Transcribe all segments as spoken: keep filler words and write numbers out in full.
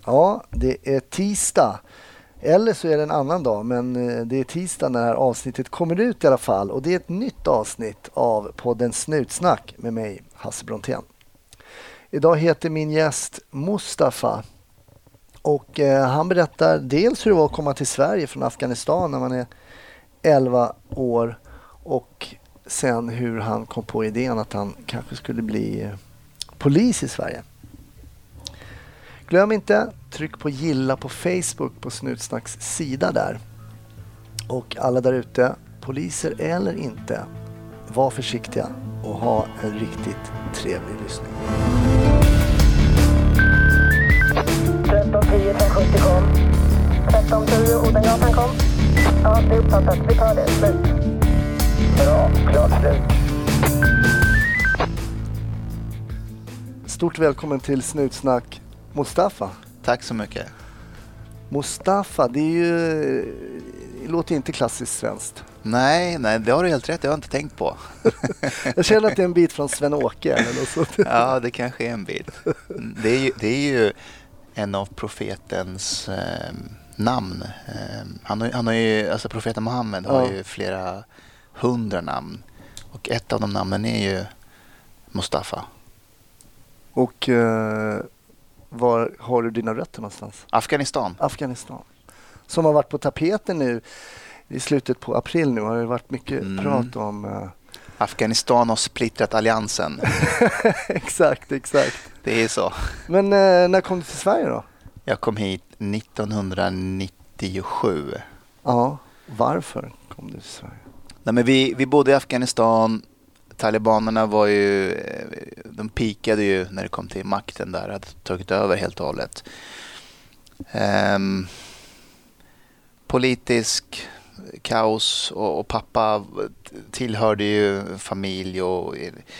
Ja, det är tisdag. Eller så är det en annan dag, men det är tisdag när det här avsnittet kommer ut i alla fall. Och det är ett nytt avsnitt av podden Snutsnack med mig, Hasse Brontén. Idag heter min gäst Mustafa. Och eh, han berättar dels hur det var att komma till Sverige från Afghanistan när man är elva år. Och sen hur han kom på idén att han kanske skulle bli eh, polis i Sverige. Glöm inte, tryck på gilla på Facebook på Snutsnacks sida där. Och alla där ute, poliser eller inte, var försiktiga och ha en riktigt trevlig lyssning. tretton tio från sjuttio kom. tretton tio Odengatan kom. Ja, det är uppfattat. Vi tar det. Slut. Bra, klart slut. Stort välkommen till Snutsnack, Mustafa. Tack så mycket. Mustafa, det är ju, det låter inte klassiskt svenskt. Nej, nej, det har du helt rätt. Jag har inte tänkt på. Jag känner att det är en bit från Sven-Åke eller något sånt. Ja, det kanske är en bit. Det är ju, det är ju en av profetens eh, namn. Eh, han, har, han har ju, alltså profeten Muhammed har Ja. ju flera hundra namn. Och ett av de namnen är ju Mustafa. Och eh, var har du dina rötter någonstans? Afghanistan. Afghanistan. Som har varit på tapeten nu i slutet på april nu. Har det varit mycket Mm. prat om... Eh... Afghanistan har splittrat alliansen. exakt, exakt. Det är så. Men eh, när kom du till Sverige då? Jag kom hit nittonhundranittiosju. Ja, varför kom du till Sverige? Nej, men vi, vi bodde i Afghanistan. Talibanerna var ju, de pikade ju när det kom till makten där, hade tagit över helt och hållet. Um, politisk kaos och, och pappa tillhörde ju familj och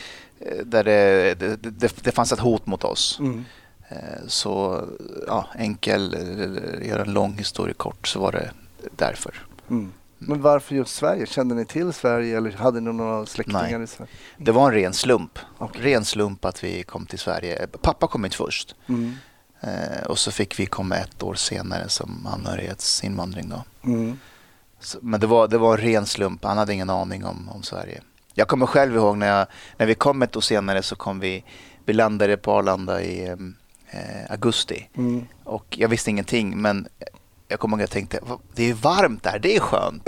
där det, det, det, det fanns ett hot mot oss. Mm. Så ja, enkel, göra en lång historia kort, så var det därför. Mm. Men varför just Sverige? Kände ni till Sverige eller hade ni några släktingar Nej. i Sverige? Det var en ren slump. Okay. Ren slump att vi kom till Sverige. Pappa kom hit först. Mm. Eh, och så fick vi komma ett år senare som anhörighetsinvandring då. Mm. Så, men det var, det var en ren slump. Han hade ingen aning om, om Sverige. Jag kommer själv ihåg när, jag, när vi kom ett år senare så kom vi, vi landade på Arlanda i eh, augusti. Mm. Och jag visste ingenting, men jag kommer ihåg att jag tänkte, det är varmt där, det är skönt.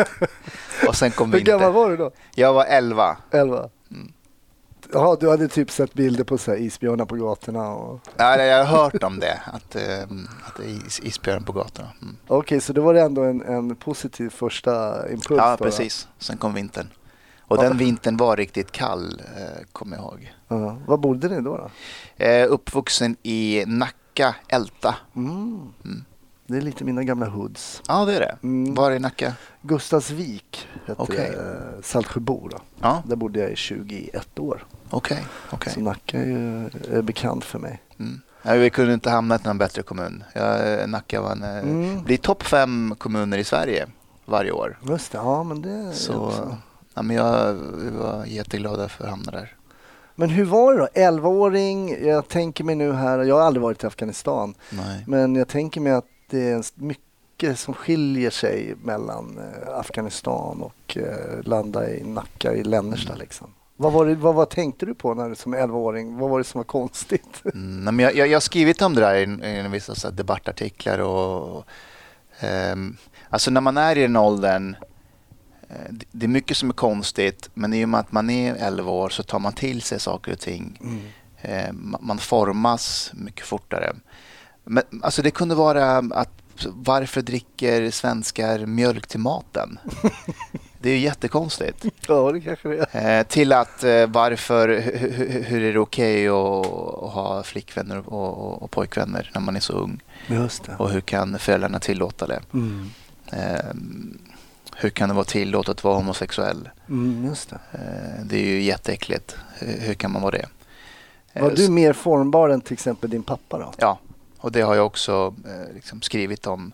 Och sen kom vi Hur gammal var du då? Jag var elva. elva. Mm. Ja, du hade typ sett bilder på så här, isbjörnar på gatorna. Och... Ja, jag har hört om det, att, äh, att det är is, isbjörn på gatorna. Mm. Okej, okay, så det var ändå en, en positiv första impuls? Ja, då, precis. Ja? Sen kom vintern. Och ja. Den vintern var riktigt kall, äh, kommer jag ihåg. Ja. Var bodde ni då? då? Äh, uppvuxen i Nacka, Älta. Mm. Mm. Det är lite mina gamla hoods. Ja, det är det. Mm. Var i Nacka? Gustavsvik heter Okay. det. Saltsjöbo då. Ja. Där bodde jag i tjugoett år. Okej, okay. okay. Så Nacka är ju är bekant för mig. Mm. Ja, vi kunde inte hamna i någon bättre kommun. Jag, Nacka var en, Mm. blir topp fem kommuner i Sverige varje år. Just det, ja men det är Så också. ja, men jag vi var jätteglada för att hamna där. Men hur var det då? elva-åring, jag tänker mig nu här, jag har aldrig varit i Afghanistan. Nej. Men jag tänker mig att det är mycket som skiljer sig mellan eh, Afghanistan och eh, landa i Nacka i Lännersta Mm. liksom. Vad, var det, vad, vad tänkte du på när du som elva-åring? Vad var det som var konstigt? Mm, men jag, jag, jag har skrivit om det där i, i vissa så här debattartiklar. Och, och, ehm, alltså när man är i den åldern, eh, det, det är mycket som är konstigt, men i och med att man är elva år så tar man till sig saker och ting. Mm. Eh, man, man formas mycket fortare. Men alltså det kunde vara att varför dricker svenskar mjölk till maten? Det är ju jättekonstigt. Ja, det kanske det är. Eh, till att eh, varför, hur, hur är det okej att, att ha flickvänner och, och, och pojkvänner när man är så ung? Just det. Och hur kan föräldrarna tillåta det? Mm. Eh, hur kan det vara tillåtet att vara homosexuell? Mm, just det. Eh, det är ju jätteäckligt. Hur, hur kan man vara det? Eh, Var du mer formbar än till exempel din pappa då? Ja, och det har jag också eh, liksom skrivit om.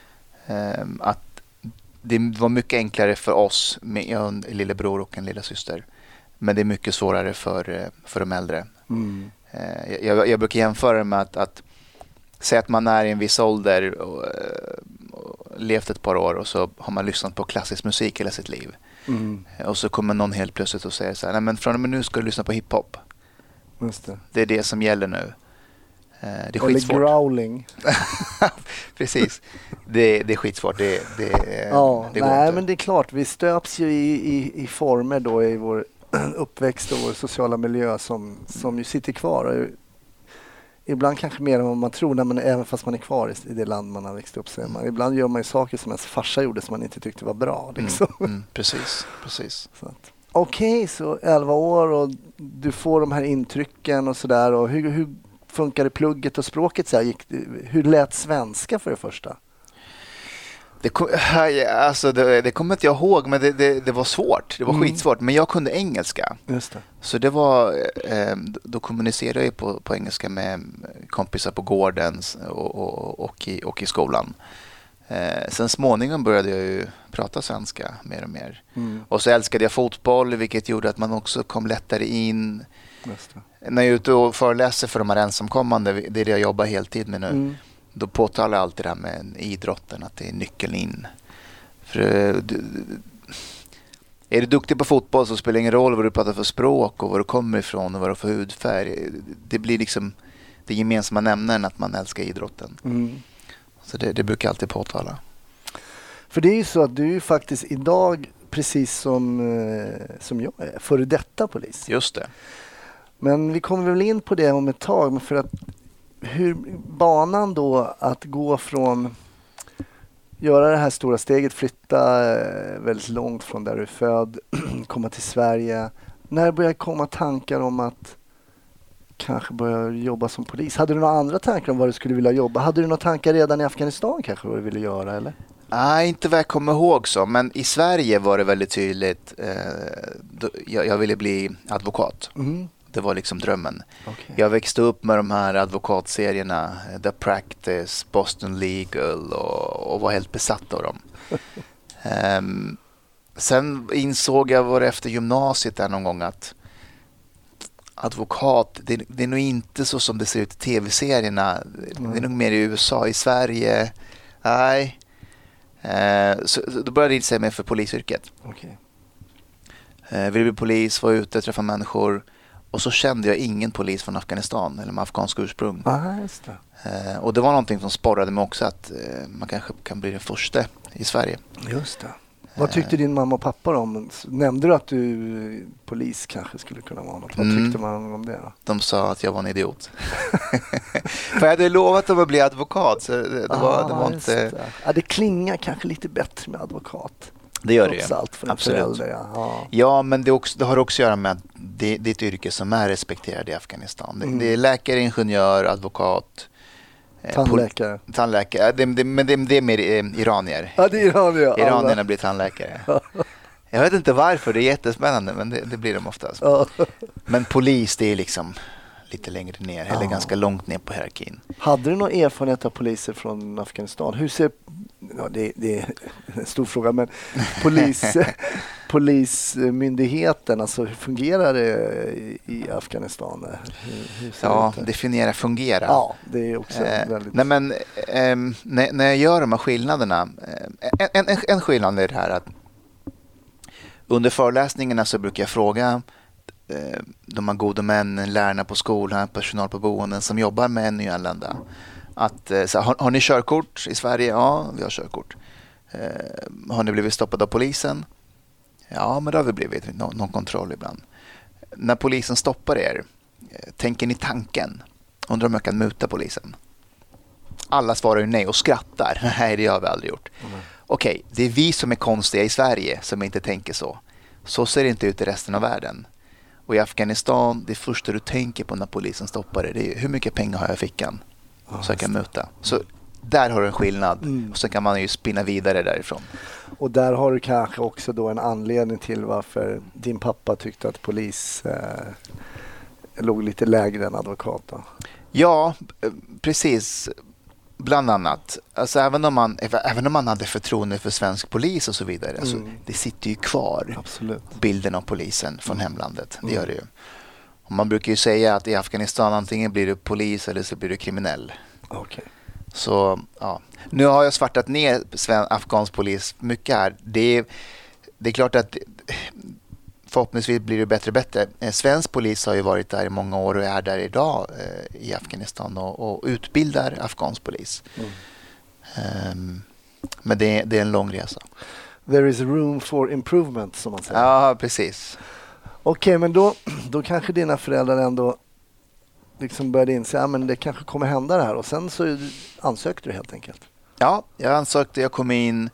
Eh, att det var mycket enklare för oss med en lillebror och en lilla syster. Men det är mycket svårare för, för de äldre. Mm. Jag, jag brukar jämföra med att, att säg att man är i en viss ålder och, och levt ett par år och så har man lyssnat på klassisk musik hela sitt liv. Mm. Och så kommer någon helt plötsligt och säger så här, nej men från och med nu ska du lyssna på hiphop. Just det. Det är det som gäller nu. Det är Eller skitsvårt. growling. Precis. Det, det är skitsvårt. Det, det, ja, det går nej, inte. men det är klart. Vi stöps ju i, i, i former då i vår uppväxt och vår sociala miljö som, som ju sitter kvar. Och ibland kanske mer än vad man tror, när man, även fast man är kvar i, i det land man har växt upp. Så man, ibland gör man ju saker som ens farsa gjorde som man inte tyckte var bra. Liksom. Mm, mm, precis, precis. Okej, okay, så elva år och du får de här intrycken och sådär. Och hur, hur funkar det plugget och språket? Så här, gick det, hur lät svenska för det första? Det, kom, alltså det, det kommer inte jag ihåg, men det, det, det var svårt. Det var mm. skitsvårt, men jag kunde engelska. Just det. Så det var, eh, då kommunicerade jag på, på engelska med kompisar på gården och, och, och, i, och i skolan. Eh, sen småningom började jag ju prata svenska mer och mer. Mm. Och så älskade jag fotboll, vilket gjorde att man också kom lättare in. Just det. När jag är ute och föreläser för de här ensamkommande, det är det jag jobbar heltid med nu. Mm. Då påtalar jag alltid det här med idrotten, att det är nyckeln in. För, du, är du duktig på fotboll så spelar det ingen roll vad du pratar för språk och var du kommer ifrån och vad du har för hudfärg. Det blir liksom det gemensamma nämnaren att man älskar idrotten. Mm. Så det, det brukar jag alltid påtala. För det är ju så att du är faktiskt idag, precis som, som jag är, före detta polis. Just det. Men vi kommer väl in på det om ett tag, för att hur banan då att gå från göra det här stora steget, flytta väldigt långt från där du är född, komma till Sverige. När började komma tankar om att kanske börja jobba som polis? Hade du några andra tankar om vad du skulle vilja jobba? Hade du några tankar redan i Afghanistan kanske vad du ville göra, eller? Nej, inte vad jag kommer ihåg så. Men i Sverige var det väldigt tydligt. Eh, då, jag, jag ville bli advokat. Mm. Det var liksom drömmen. Okay. Jag växte upp med de här advokatserierna, The Practice, Boston Legal och, och var helt besatt av dem. um, sen insåg jag var efter gymnasiet där någon gång att advokat, det, det är nog inte så som det ser ut i tv-serierna. Mm. Det är nog mer i U S A. I Sverige, nej. Uh, så, då började jag intressera mig för polisyrket. Okay. Uh, ville bli polis, var ute, träffa människor. Och så kände jag ingen polis från Afghanistan eller med afghansk ursprung. Ah, just det. Uh, och det var någonting som sporrade mig också att uh, man kanske kan bli den första i Sverige. Just det. Vad tyckte uh, din mamma och pappa om? Nämnde du att du polis kanske skulle kunna vara något? Vad mm, tyckte man om det då? De sa att jag var en idiot. För jag hade lovat dem att bli advokat. Så det, det, ah, var, det var inte... Det. Ja, det klingar kanske lite bättre med advokat. Det gör det ju. Allt för Absolut. Förälder, ja. Ja. ja, men det, också, det har också att göra med att det, det är ett yrke som är respekterat i Afghanistan. Det, mm. det är läkare, ingenjör, advokat. Tandläkare. Pol- tandläkare. Det, det, men det, det är mer eh, iranier. Ja, det är iranier. Iranierna alla. Blir tandläkare. Jag vet inte varför, det är jättespännande, men det, det blir de oftast. Ja. Men polis, det är liksom lite längre ner, eller ja. ganska långt ner på hierarkin. Hade du någon erfarenhet av poliser från Afghanistan? Hur ser, ja, det, det är en stor fråga, men polis, polismyndigheten, alltså hur fungerar det i, i Afghanistan? Hur, hur ser ja, det definiera fungera. Ja, det är också eh, väldigt... Nej, men eh, när, när jag gör de här skillnaderna, eh, en, en, en skillnad är det här att under föreläsningarna så brukar jag fråga de här gode männen, lärarna på skolan, personal på boenden som jobbar med nyanlända. Att, så, har, har ni körkort i Sverige? Ja, vi har körkort. Eh, har ni blivit stoppade av polisen? Ja, men det har vi blivit. Nå, någon kontroll ibland. När polisen stoppar er, tänker ni tanken? Undrar om jag kan muta polisen? Alla svarar ju nej och skrattar. Nej, det har vi aldrig gjort. Mm. Okej, det är vi som är konstiga i Sverige som inte tänker så. Så ser det inte ut i resten av världen. Och i Afghanistan, det första du tänker på när polisen stoppar det, det är hur mycket pengar har jag i fickan oh, så jag kan muta. Så där har du en skillnad. Mm. Och så kan man ju spinna vidare därifrån. Och där har du kanske också då en anledning till varför din pappa tyckte att polis eh, låg lite lägre än advokat då. Ja, precis. Bland annat. Alltså även om man även om man hade förtroende för svensk polis och så vidare, mm. alltså, det sitter ju kvar. Absolut. Bilden av polisen från mm. hemlandet. Det gör det ju. Och man brukar ju säga att i Afghanistan antingen blir du polis eller så blir du kriminell. Okay. Så ja, nu har jag svartat ner sven- afghansk polis mycket här. Det är, det är klart att förhoppningsvis blir det bättre och bättre. Svensk polis har ju varit där i många år och är där idag eh, i Afghanistan och, och utbildar afghansk polis. Mm. Um, men det, det är en lång resa. There is room for improvement, som man säger. Ja, precis. Okej, okay, men då, då kanske dina föräldrar ändå liksom började inse att ja, det kanske kommer hända det här. Och sen så ansökte du helt enkelt. Ja, jag ansökte. Jag kom in.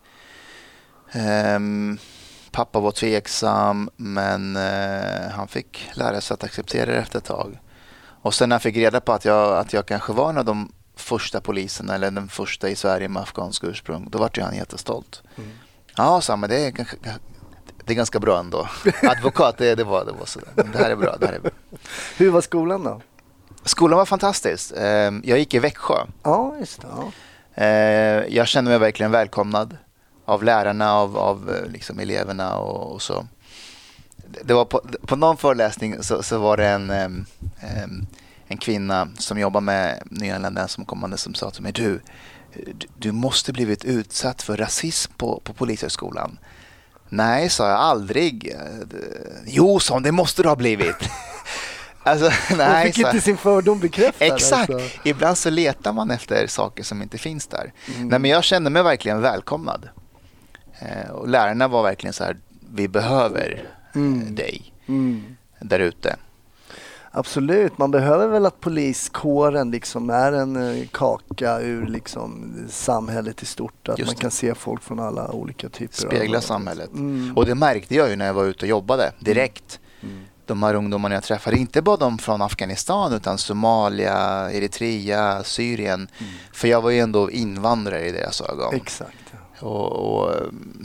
Um, pappa var tveksam, men uh, han fick lära sig att acceptera det efter ett tag. Och sen när jag fick reda på att jag, att jag kanske var en av de första poliserna eller den första i Sverige med afghansk ursprung, då var han jättestolt. Mm. Ja, så, men det är, kanske, det är ganska bra ändå. Advokat, det, det, var, det var sådär. Men det här är bra, det här är bra. Hur var skolan då? Skolan var fantastisk. Jag gick i Växjö. Ja, just det. Ja. Jag kände mig verkligen välkomnad av lärarna, av, av liksom eleverna och, och så. Det var på, på någon föreläsning så, så var det en, en, en kvinna som jobbar med nyanlända som kommande som sa till mig, du, du måste blivit utsatt för rasism på, på polishögskolan. Nej, sa jag, aldrig. Jo, sa hon, det måste du ha blivit. Alltså, nej, hon fick så, inte sin fördom bekräftad. Exakt. Alltså. Ibland så letar man efter saker som inte finns där. Mm. Nej, men jag kände mig verkligen välkomnad. Eh, och lärarna var verkligen så här, vi behöver mm. eh, dig mm. där ute. Absolut, man behöver väl att poliskåren liksom är en uh, kaka ur liksom samhället i stort. Att man kan se folk från alla olika typer. Spegla av samhället. Mm. Och det märkte jag ju när jag var ute och jobbade direkt. Mm. De här ungdomarna jag träffade, inte bara de från Afghanistan utan Somalia, Eritrea, Syrien. Mm. För jag var ju ändå invandrare i deras ögon. Exakt. Ja. Och, och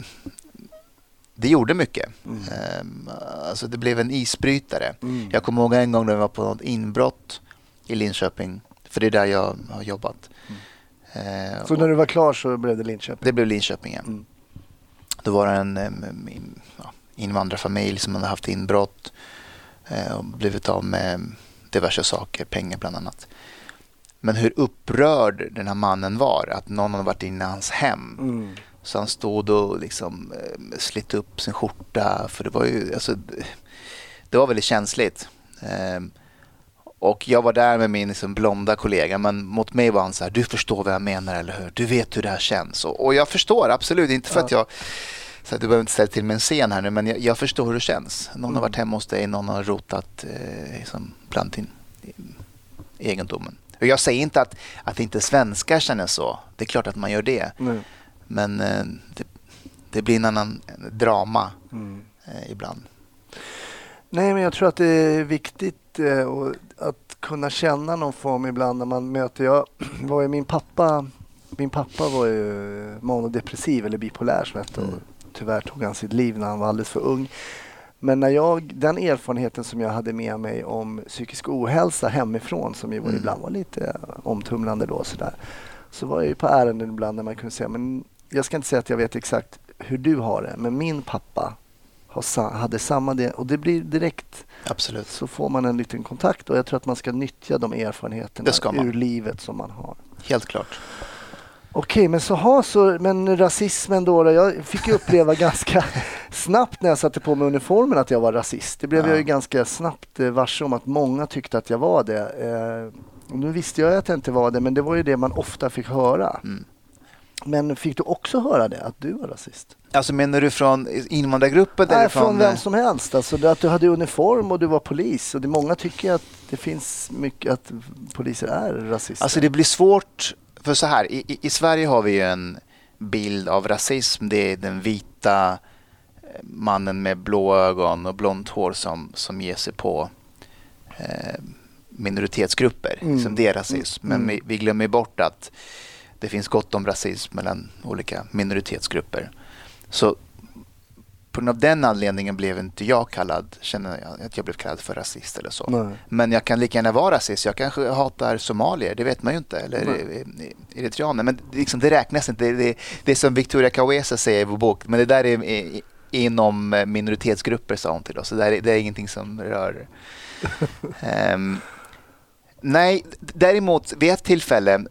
det gjorde mycket. Mm. Um, alltså det blev en isbrytare. Mm. Jag kommer ihåg en gång när jag var på något inbrott i Linköping. För det är där jag har jobbat. Mm. Uh, så när du var klar så blev det Linköping? Det blev Linköping, ja. Mm. Då var det en um, ja, invandrarfamilj som hade haft inbrott. Uh, och blivit av med diverse saker, pengar bland annat. Men hur upprörd den här mannen var. Att någon hade varit inne i hans hem. Mm. Så han stod och liksom eh, slitt upp sin skjorta. För det var ju, alltså, det var väldigt känsligt. Eh, och jag var där med min liksom, blonda kollega. Men mot mig var han så här, du förstår vad jag menar, eller hur? Du vet hur det här känns. Och, och jag förstår absolut, inte för ja. att jag, så att du behöver inte ställa till med en scen här nu. Men jag, jag förstår hur det känns. Någon mm. har varit hemma hos dig, någon har rotat eh, liksom, bland din egendomen. Och jag säger inte att, att inte svenskar känner så. Det är klart att man gör det. Mm. Men eh, det, det blir en annan drama mm. eh, ibland. Nej, men jag tror att det är viktigt eh, och att kunna känna någon form ibland när man möter. Jag var ju min pappa, min pappa var ju manodepressiv eller bipolär som hette, mm. och tyvärr tog han sitt liv när han var alldeles för ung. Men när jag, den erfarenheten som jag hade med mig om psykisk ohälsa hemifrån, som ju mm. ibland var lite omtumlande då, så, där, så var jag ju på ärenden ibland när man kunde säga, men jag ska inte säga att jag vet exakt hur du har det, men min pappa har, hade samma det, och det blir direkt. Absolut. Så får man en liten kontakt, och jag tror att man ska nyttja de erfarenheterna ur livet som man har. Helt klart. Okej, men så ha så, men rasismen då, då jag fick ju uppleva ganska snabbt när jag satte på mig uniformen att jag var rasist. Det blev ja. jag ju ganska snabbt eh, varse om att många tyckte att jag var det. Eh, och nu visste jag att jag inte var det, men det var ju det man ofta fick höra. Mm. Men fick du också höra det, att du var rasist? Alltså menar du från invandrargruppen? Nej, eller från, från vem som helst. Alltså att du hade uniform och du var polis. Och det, många tycker att det finns mycket att poliser är rasister. Alltså det blir svårt. För så här, i, i Sverige har vi ju en bild av rasism. Det är den vita mannen med blå ögon och blont hår som, som ger sig på eh, minoritetsgrupper. Mm. Som det är rasism. Men vi, vi glömmer bort att det finns gott om rasism mellan olika minoritetsgrupper. Så på grund av den anledningen blev inte jag kallad, känner jag att jag blev kallad för rasist eller så. Nej. Men jag kan lika gärna vara rasist. Jag kanske hatar somalier, det vet man ju inte. Eller eritreaner. Men liksom, det räknas inte. Det, det, det är som Victoria Kawesa säger i vår bok. Men det där är, är inom minoritetsgrupper, sa hon till oss. Så det är, det är ingenting som rör. um, nej, däremot vid ett tillfälle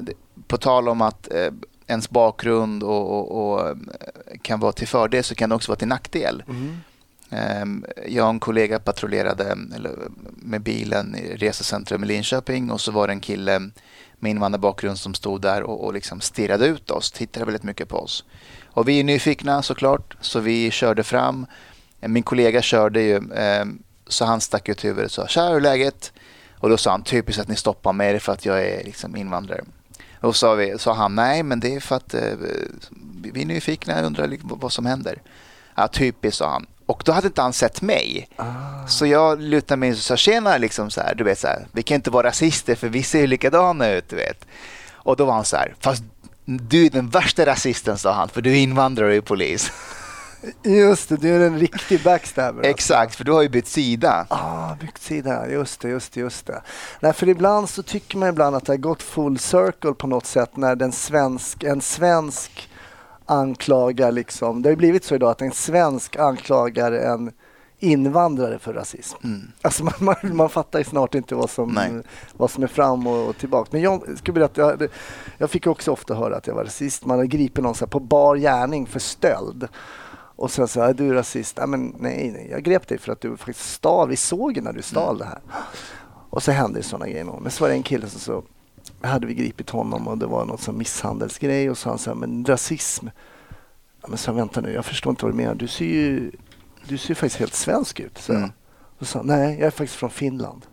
på tal om att eh, ens bakgrund och, och, och kan vara till fördel så kan det också vara till nackdel. Mm. Eh, jag och en kollega patrullerade eller, med bilen i resecentrum i Linköping och så var det en kille med invandrarbakgrund som stod där och, och liksom stirrade ut oss, tittade väldigt mycket på oss. Och vi är nyfikna såklart, så vi körde fram. Min kollega körde ju, eh, så han stack ut huvudet och sa, tja, hur är läget? Och då sa han, typiskt att ni stoppar mig för att jag är liksom invandrare. Och så sa, vi, sa han, nej men det är för att eh, vi är nyfikna och undrar liksom vad som händer. Ja, typiskt, sa han. Och då hade inte han sett mig. Ah. Så jag lutade mig och sa, tjena, liksom så här, du vet så här, vi kan inte vara rasister för vi ser ju likadana ut, du vet. Och då var han så här, fast du är den värsta rasisten, sa han, för du är invandrare och är polis. Just det, du är en riktig backstabber. Exakt, alltså. För du har ju bytt sida. Ja, ah, bytt sida, just det, just det, just det. Nej, för ibland så tycker man ibland att det har gått full circle på något sätt när den svensk, en svensk anklagar liksom, det har ju blivit så idag att en svensk anklagar en invandrare för rasism. Mm. Alltså man, man, man fattar ju snart inte vad som, vad som är fram och, och tillbaka. Men jag ska berätta, jag, jag fick också ofta höra att jag var rasist. Man har gripit någon så här på bar gärning för stöld. Och sen så är du är rasist. Nej, men nej, nej, jag grep dig för att du faktiskt stal. Vi såg när du stal mm. det här. Och så hände det sådana grejer. Men så var det en kille som så hade vi gripit honom och det var något som misshandelsgrej och så han sa, men rasism. Ja, men så vänta nu, jag förstår inte vad du menar. Du ser ju, du ser ju faktiskt helt svensk ut. Så. Mm. Och så nej, jag är faktiskt från Finland.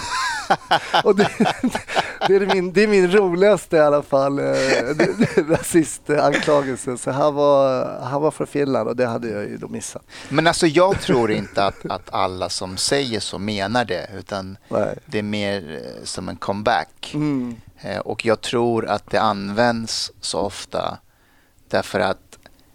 Och det, det, är min, det är min roligaste i alla fall eh, rasistanklagelse. Så han var, han var från Finland och det hade jag ju då missat. Men alltså jag tror inte att, att alla som säger så menar det, utan nej. Det är mer eh, som en comeback. Mm. Eh, och jag tror att det används så ofta därför att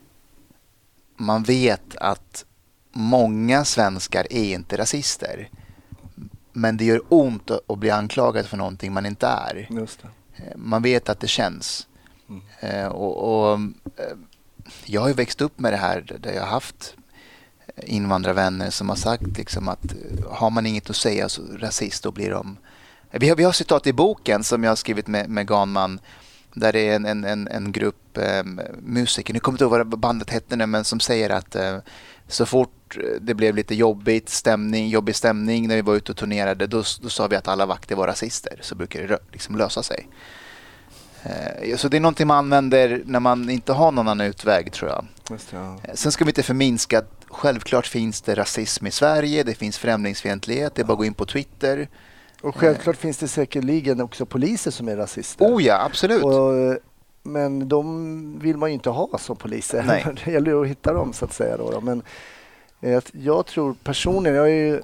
man vet att många svenskar är inte rasister. Men det gör ont att bli anklagad för någonting man inte är. Just det. Man vet att det känns. Mm. Eh, och, och, jag har ju växt upp med det här där jag har haft invandrarvänner som har sagt liksom att har man inget att säga så rasist, då blir de... Vi har, vi har citat i boken som jag har skrivit med, med Ganman där det är en, en, en, en grupp eh, musiker, nu kommer inte ihåg vad bandet hette nu, men som säger att eh, så fort det blev lite jobbigt stämning, jobbig stämning när vi var ute och turnerade, då, då sa vi att alla vakter var rasister, så brukar det liksom lösa sig. Eh, så det är någonting man använder när man inte har någon annan utväg, tror jag. Just det, ja. Sen ska vi inte förminska att självklart finns det rasism i Sverige, det finns främlingsfientlighet, det är bara att gå in på Twitter. Och självklart eh. finns det säkerligen också poliser som är rasister. Oh ja, absolut. Och, men de vill man ju inte ha som poliser. Nej. Det gäller att hitta dem så att säga. Då, då. Men eh, jag tror personligen, jag är ju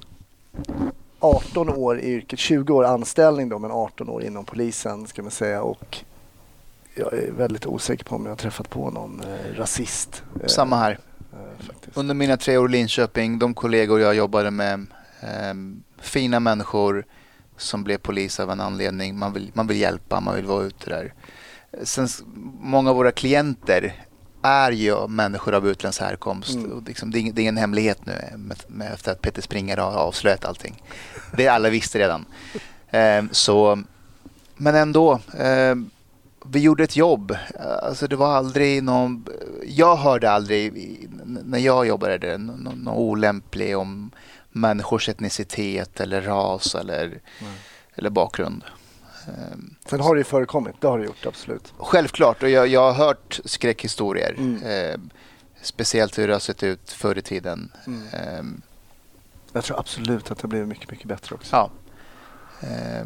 arton år i yrket, tjugo år anställning då, men arton år inom polisen ska man säga. Och jag är väldigt osäker på om jag har träffat på någon eh, rasist. Samma här. Eh, faktiskt. Under mina tre år i Linköping, de kollegor jag jobbade med, eh, fina människor som blev polis av en anledning. Man vill, man vill hjälpa, man vill vara ute där. Sen, många av våra klienter är ju människor av utländsk härkomst. Mm. Och liksom, det, är, det är ingen hemlighet nu med, med, efter att Peter Springer har avslöjat allting. Det alla visste redan. Eh, så, men ändå, eh, vi gjorde ett jobb. Alltså, det var aldrig någon... Jag hörde aldrig, när jag jobbade där, någon, någon olämplig om människors etnicitet eller ras eller, mm. eller bakgrund. Sen har det ju förekommit, det har det gjort, absolut. Självklart, och jag, jag har hört skräckhistorier. Mm. Eh, speciellt hur det har sett ut förr i tiden. Mm. Eh, jag tror absolut att det blev mycket, mycket bättre också. Ja. Eh,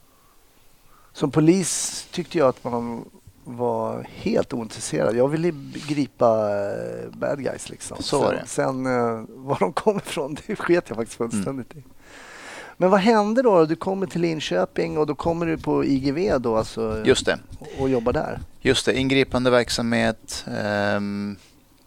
Som polis tyckte jag att man var helt ointresserad. Jag ville gripa bad guys liksom. Så var det. Sen, sen eh, var de kom ifrån, det sket jag faktiskt fullständigt mm. i. Men vad hände då? Du kommer till Linköping och då kommer du på I G V då alltså. Just det. Och jobbar där. Just det, ingripande verksamhet. Um,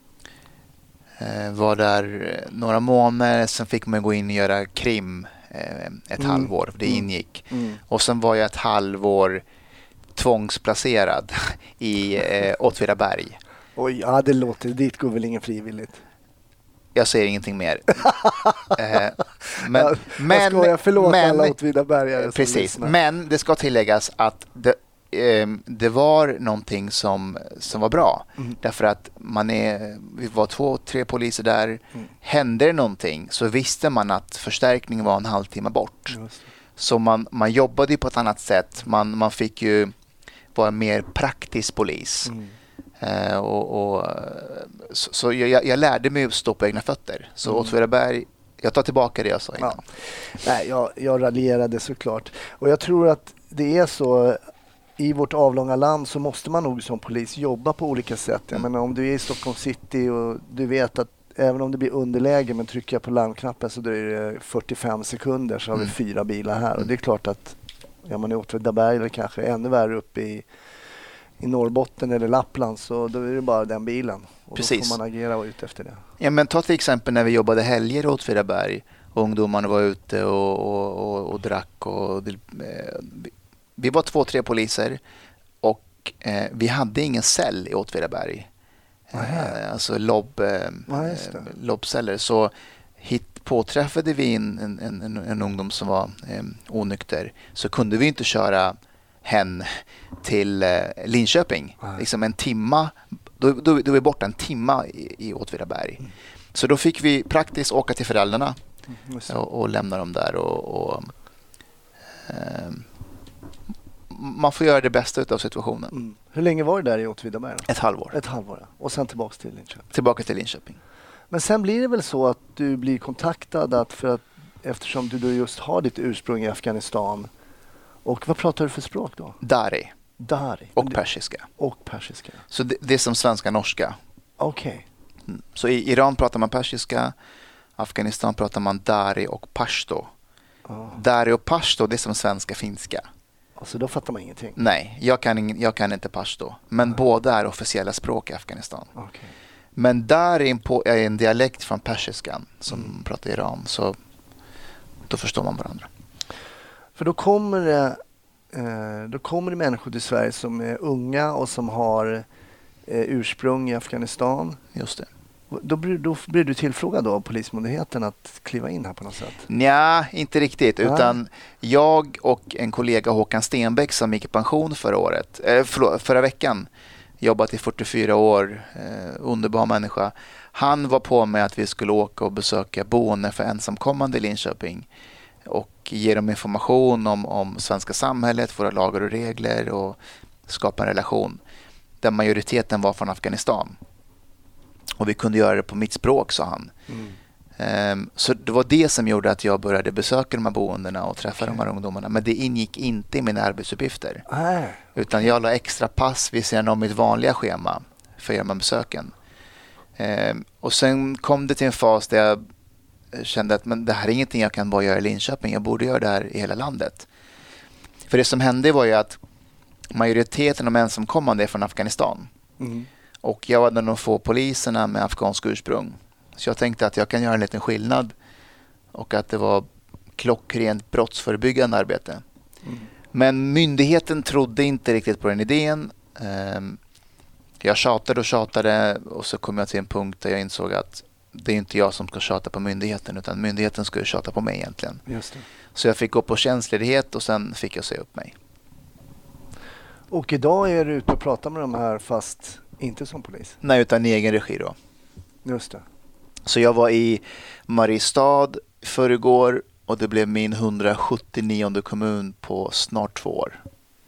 uh, var där några månader, sen fick man gå in och göra krim uh, ett mm. halvår. Det ingick. Mm. Och sen var jag ett halvår tvångsplacerad i uh, Åtvidaberg. Oj, ja det låter, dit går väl ingen frivilligt. Jag säger ingenting mer. eh, men, ja, men, jag förlåta men, alla Åtvidabergare. Precis, men det ska tilläggas att det, eh, det var någonting som, som var bra. Mm. Därför att man är, vi var två, tre poliser där. Mm. Hände det någonting så visste man att förstärkningen var en halvtimme bort. Just det. Så man, man jobbade ju på ett annat sätt. Man, man fick ju vara en mer praktisk polis. Mm. Eh, och, och, så så jag, jag lärde mig att stå på egna fötter. Så Mm. Åtvidaberg, jag tar tillbaka det jag sa innan. Ja. Nej, jag, jag raljerade såklart. Och jag tror att det är så, i vårt avlånga land så måste man nog som polis jobba på olika sätt. Jag Mm. menar, om du är i Stockholm city och du vet att även om det blir underläge men trycker jag på larmknappen så dröjer det fyrtiofem sekunder så har vi Mm. fyra bilar här. Och Mm. det är klart att ja, man är i Åtvidaberg eller kanske ännu värre uppe i, i Norrbotten eller Lappland så då är det bara den bilen. Och Precis. då får man agera och ut efter det. Ja, men ta till exempel när vi jobbade helger åt Åtvidaberg och ungdomarna var ute och, och, och, och drack. Och, det, eh, vi var två, tre poliser och eh, vi hade ingen cell i Åtvidaberg. Eh, alltså lobb, eh, Ja, just det. lobbceller. Så hit påträffade vi en, en, en, en ungdom som var eh, onykter så kunde vi inte köra hen till eh, Linköping. Nej. Liksom en timma, då, då, då är vi borta en timma i, i Åtvidaberg. Mm. Så då fick vi praktiskt åka till föräldrarna Mm, just det. och, och lämna dem där. Och, och, eh, man får göra det bästa av situationen. Mm. Hur länge var det där i Åtvidaberg? då? Ett halvår. Ett halvår, ja. Och sen tillbaks till Linköping. Tillbaka till Linköping. Men sen blir det väl så att du blir kontaktad att för att, eftersom du då just har ditt ursprung i Afghanistan. Och vad pratar du för språk då? Dari Dari. och Men det- persiska. Och persiska. Så det, det är som svenska norska. Okej. Mm. Så i Iran pratar man persiska, Afghanistan pratar man dari och pashto. Ja. Dari och pashto, det är som svenska finska. Alltså då fattar man ingenting. Nej, jag kan, ingen, jag kan inte pashto. Men Nej. båda är officiella språk i Afghanistan. Okej. Men där är en, på, är en dialekt från persiskan som Mm. pratar Iran. Så då förstår man varandra. För då kommer det eh, då kommer det människor till Sverige som är unga och som har eh, ursprung i Afghanistan. Just det. Då blir, då blir du tillfrågad då av Polismyndigheten att kliva in här på något sätt? Nja, inte riktigt. Nej. Utan jag och en kollega, Håkan Stenbeck, som gick i pension förra året, eh, förlåt, förra veckan, jobbat i fyrtiofyra år, eh, underbar människa. Han var på med att vi skulle åka och besöka boende för ensamkommande i Linköping och ge dem information om, om svenska samhället, våra lagar och regler och skapa en relation. Där majoriteten var från Afghanistan. Och vi kunde göra det på mitt språk, sa han. Mm. Um, så det var det som gjorde att jag började besöka de här boendena och träffa Okej. de här ungdomarna. Men det ingick inte i mina arbetsuppgifter. Nej. Utan jag la extra pass vid sidan om mitt vanliga schema för att göra de här besöken. Um, och sen kom det till en fas där jag kände att men det här är ingenting jag kan bara göra i Linköping. Jag borde göra det här i hela landet. För det som hände var ju att majoriteten av ensamkommande är från Afghanistan. Mm. Och jag var en av de få poliserna med afghansk ursprung. Så jag tänkte att jag kan göra en liten skillnad. Och att det var klockrent brottsförebyggande arbete. Mm. Men myndigheten trodde inte riktigt på den idén. Ehm, Jag tjatade och tjatade och så kom jag till en punkt där jag insåg att det är inte jag som ska tjata på myndigheten utan myndigheten ska ju tjata på mig egentligen. Just det. Så jag fick gå på tjänstledighet och sen fick jag säga upp mig. Och idag är du ute och pratar med de här fast inte som polis? Nej, utan i egen regi då. Just det. Så jag var i Mariestad förrgår och det blev min hundrasjuttionionde kommun på snart två år.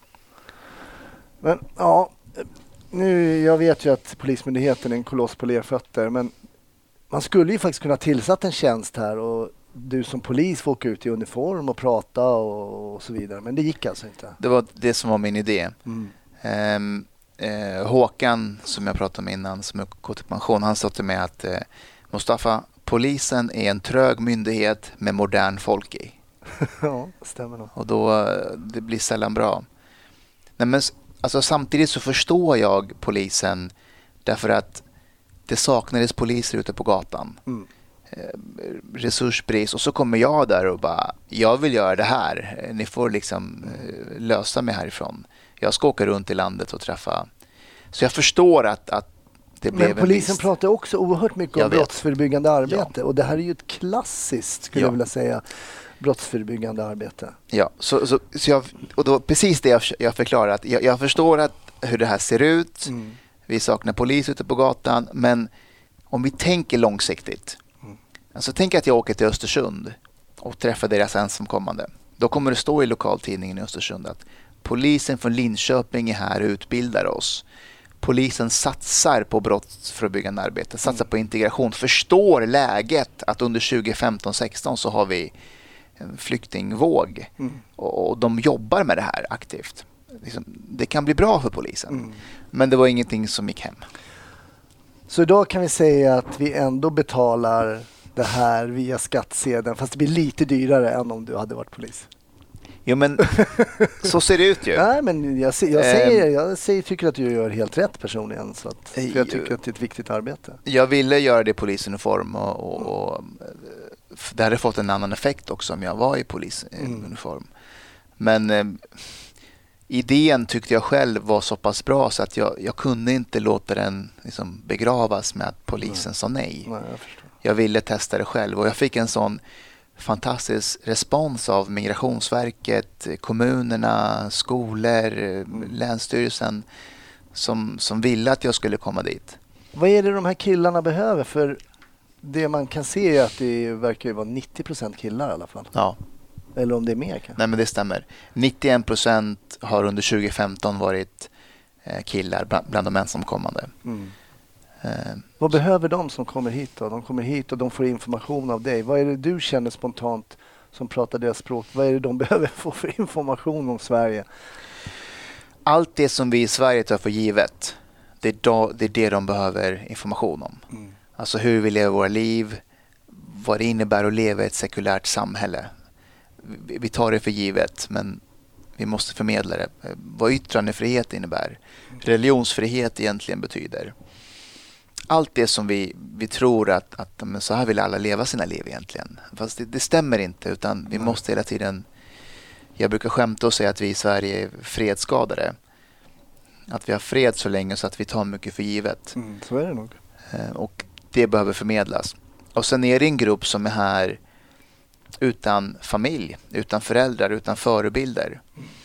Men ja, nu, jag vet ju att Polismyndigheten är en koloss på lerfötter, men man skulle ju faktiskt kunna tillsatt en tjänst här och du som polis får åka ut i uniform och prata och, och så vidare. Men det gick alltså inte. Det var det som var min idé. Mm. Um, eh, Håkan, som jag pratade om innan, som går till pension, han sa till mig att eh, Mustafa, polisen är en trög myndighet med modern folk i. Ja, stämmer nog. Och då, det blir sällan bra. Nej, men, alltså, samtidigt så förstår jag polisen därför att det saknades poliser ute på gatan. Mm. Resursbrist. Och så kommer jag där och bara, jag vill göra det här. Ni får liksom eh, lösa mig härifrån. Jag ska åka runt i landet och träffa. Så jag förstår att, att det blev Men polisen en viss... pratar också oerhört mycket Jag om vet. brottsförebyggande arbete. Och det här är ju ett klassiskt, skulle Ja. jag vilja säga, brottsförebyggande arbete. Ja, så, så, så jag, och då precis det jag, jag förklarar. Att jag, jag förstår att hur det här ser ut. Mm. Vi saknar polis ute på gatan. Men om vi tänker långsiktigt. Mm. Alltså tänk att jag åker till Östersund och träffar deras ensamkommande. Då kommer det stå i lokaltidningen i Östersund att polisen från Linköping är här och utbildar oss. Polisen satsar på brottsförebyggande arbete, satsar på integration, förstår läget att under tjugo femton sexton så har vi en flyktingvåg mm. och, och de jobbar med det här aktivt. Liksom, det kan bli bra för polisen, mm. men det var ingenting som gick hem. Så idag kan vi säga att vi ändå betalar det här via skattsedeln, fast det blir lite dyrare än om du hade varit polis. Jo, men så ser det ut ju. Nej, men jag, jag, säger, jag säger, tycker att du gör helt rätt personligen. Så att, för jag tycker att det är ett viktigt arbete. Jag ville göra det i polisuniform och, och, och det hade fått en annan effekt också om jag var i polisuniform. Mm. Men eh, idén tyckte jag själv var så pass bra så att jag, jag kunde inte låta den liksom begravas med att polisen nej. sa nej. nej jag, förstår. jag ville testa det själv och jag fick en sån fantastisk respons av Migrationsverket, kommunerna, skolor, mm. länsstyrelsen som, som ville att jag skulle komma dit. Vad är det de här killarna behöver? För det man kan se är att det verkar ju vara nittio procent killar i alla fall. Ja. Eller om det är mer kanske. Nej, men det stämmer. nittioen procent har under tjugo femton varit killar bland, bland de ensamkommande. Mm. Eh, Vad behöver de som kommer hit då? De kommer hit och de får information av dig. Vad är det du känner spontant som pratar deras språk? Vad är det de behöver få för information om Sverige? Allt det som vi i Sverige tar för givet, det är, då, det, är det de behöver information om. Mm. Alltså hur vi lever våra liv, vad det innebär att leva i ett sekulärt samhälle. Vi, vi tar det för givet, men vi måste förmedla det. Vad yttrandefrihet innebär, religionsfrihet egentligen betyder. Allt det som vi, vi tror att, att men så här vill alla leva sina liv egentligen. Fast det, det stämmer inte, utan vi måste hela tiden... Jag brukar skämta och säga att vi i Sverige är fredsskadade. Att vi har fred så länge så att vi tar mycket för givet. Mm, så är det nog. Och det behöver förmedlas. Och sen är det en grupp som är här utan familj, utan föräldrar, utan förebilder.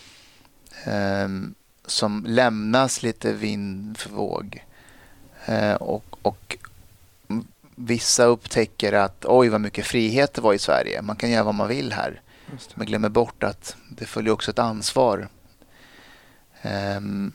Mm. Um, som lämnas lite vind för våg. Uh, och, och vissa upptäcker att oj vad mycket frihet det var i Sverige. Man kan göra vad man vill här. Man glömmer bort att det följer också ett ansvar. Um,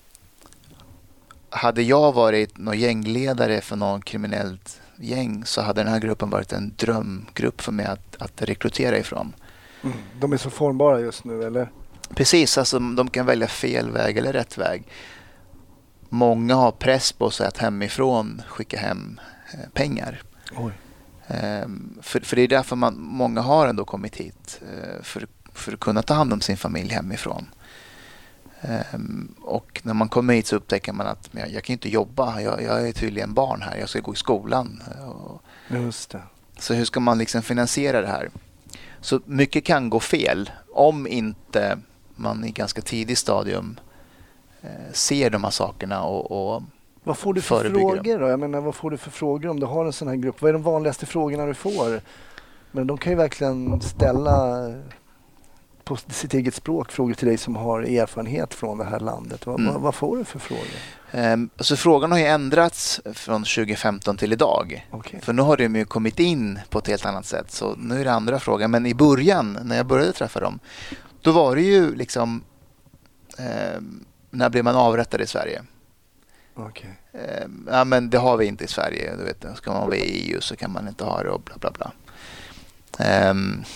hade jag varit någon gängledare för någon kriminellt gäng så hade den här gruppen varit en drömgrupp för mig att, att rekrytera ifrån. Mm. De är så formbara just nu, eller? Precis, alltså de kan välja fel väg eller rätt väg. Många har press på sig att hemifrån skicka hem eh, pengar. Oj. Um, för, för det är därför man, många har ändå kommit hit. Uh, för, för att kunna ta hand om sin familj hemifrån. Um, och när man kommer hit så upptäcker man att jag, jag kan inte jobba. Jag, jag är tydligen barn här. Jag ska gå i skolan. Och, Just det. Så hur ska man liksom finansiera det här? Så mycket kan gå fel om inte man i ganska tidigt stadium eh, ser de här sakerna och, och vad får du för frågor då? Jag menar, vad får du för frågor om du har en sån här grupp? Vad är de vanligaste frågorna du får? Men de kan ju verkligen ställa på sitt eget språk frågor till dig som har erfarenhet från det här landet. Vad, mm. vad, vad får du för frågor? Um, så frågan har ju ändrats från tjugo femton till idag. Okay. För nu har de ju kommit in på ett helt annat sätt. Så nu är det andra frågor. Men i början, när jag började träffa dem, då var det ju liksom um, när blev man avrättad i Sverige? Okay. Uh, ja, men det har vi inte i Sverige. Du vet, ska man vara i E U så kan man inte ha det och bla bla bla. Um,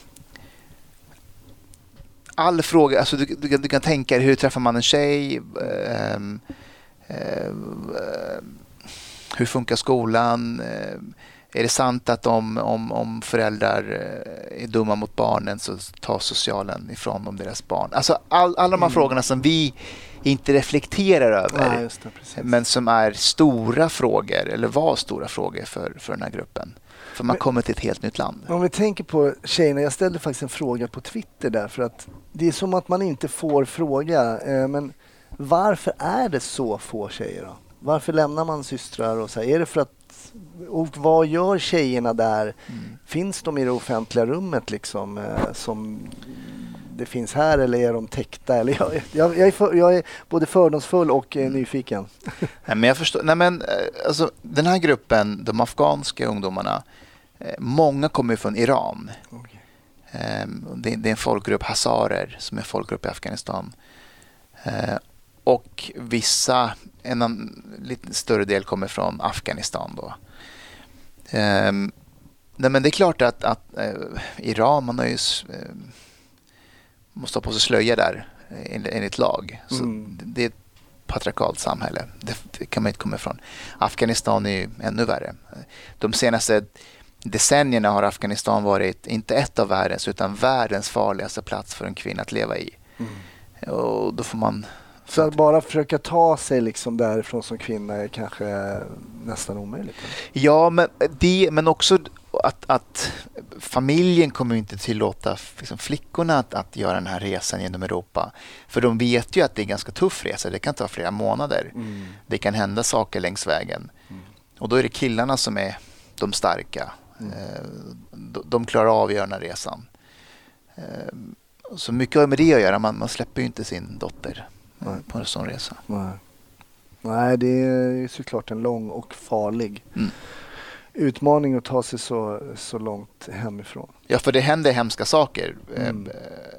all fråga, alltså du, du, du kan tänka dig hur träffar man en tjej? Um, um, hur funkar skolan? Um, är det sant att om, om, om föräldrar är dumma mot barnen så tar socialen ifrån dem deras barn? Alltså all, alla de här mm. frågorna som vi inte reflekterar över. Ja, just det, men som är stora frågor eller var stora frågor för, för den här gruppen. För man men, kommer till ett helt nytt land. Om vi tänker på tjejerna, jag ställde faktiskt en fråga på Twitter där för att det är som att man inte får fråga. Eh, men varför är det så få tjejer då? Varför lämnar man systrar och så här? Är det för att Och vad gör tjejerna där? Mm. Finns de i det offentliga rummet liksom eh, som det finns här, eller är de täckta? Eller jag, jag, jag, är, för, jag är både fördomsfull och eh, nyfiken. Nej, men jag förstår. Nej, men, alltså, den här gruppen, de afghanska ungdomarna, eh, många kommer från Iran. Okay. Eh, det, det är en folkgrupp, hazarer, som är en folkgrupp i Afghanistan. Eh, och vissa, en, en lite större del kommer från Afghanistan då. Eh, nej, men det är klart att, att eh, Iran, man har ju eh, måste ha på sig slöja där enligt, enligt lag. Så Mm. det, det är ett patriarkalt samhälle. Det, det kan man inte komma ifrån. Afghanistan är ju ännu värre. De senaste decennierna har Afghanistan varit inte ett av världens utan världens farligaste plats för en kvinna att leva i. Mm. Och då får man... Så att bara försöka ta sig liksom därifrån som kvinna är kanske nästan omöjligt. Eller? Ja, men, det, men också att, att familjen kommer inte tillåta liksom, flickorna att, att göra den här resan genom Europa. För de vet ju att det är en ganska tuff resa. Det kan ta flera månader. Mm. Det kan hända saker längs vägen. Mm. Och då är det killarna som är de starka. Mm. De, de klarar av att göra den här resan. Så mycket har med det att göra. Man, man släpper ju inte sin dotter Nej. på en sån resa. Nej. Nej, det är såklart en lång och farlig mm. utmaning att ta sig så, så långt hemifrån. Ja, för det händer hemska saker. Mm.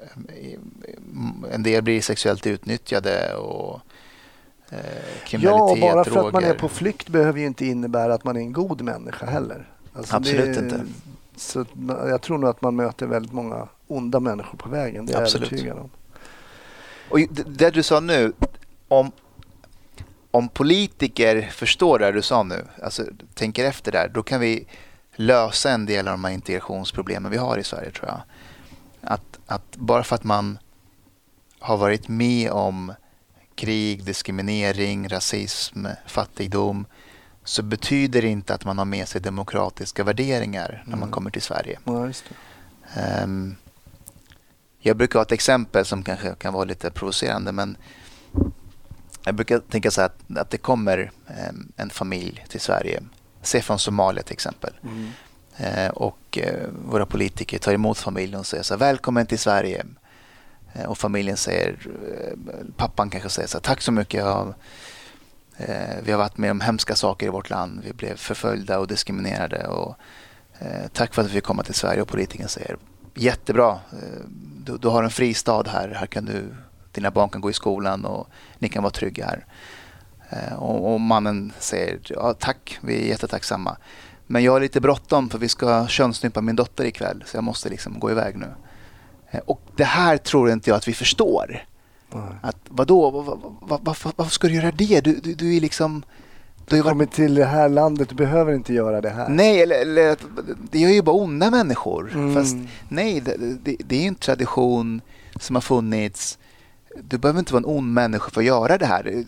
En del blir sexuellt utnyttjade och eh, kriminalitet, Ja, bara för droger. att man är på flykt behöver ju inte innebära att man är en god människa heller. Alltså Absolut det, inte. Så jag tror nog att man möter väldigt många onda människor på vägen. Det är jag övertygad om. Och det, det du sa nu, om Om politiker förstår det du sa nu, alltså tänker efter där, då kan vi lösa en del av de här integrationsproblemen vi har i Sverige, tror jag. Att, att bara för att man har varit med om krig, diskriminering, rasism, fattigdom, så betyder det inte att man har med sig demokratiska värderingar när man mm. kommer till Sverige. Ja, just det. Um, jag brukar ha ett exempel som kanske kan vara lite provocerande, men jag brukar tänka så här att, att det kommer eh, en familj till Sverige, se från Somalia till exempel. Mm. Eh, och eh, våra politiker tar emot familjen och säger så här, välkommen till Sverige. Eh, och familjen säger, eh, pappan kanske säger så här, tack så mycket. Jag, eh, vi har varit med om hemska saker i vårt land. Vi blev förföljda och diskriminerade. Och, eh, tack för att vi fick komma till Sverige. Och politikern säger, jättebra. Eh, du, du har en fristad här. Här kan du... Dina barn kan gå i skolan och ni kan vara trygga här. Eh, och, och mannen säger, ja tack, vi är jättetacksamma. Men jag har lite bråttom för vi ska könsnympa min dotter ikväll. Så jag måste liksom gå iväg nu. Eh, och det här tror inte jag att vi förstår. Mm. Att vadå, vad, vad, vad, vad, varför ska du göra det? Du, du, du är liksom... Du har kommit till det här landet, du behöver inte göra det här. Nej, eller, eller det är ju bara onda människor. Mm. Fast nej, det, det, det är en tradition som har funnits. Du behöver inte vara en ond människa för att göra det här.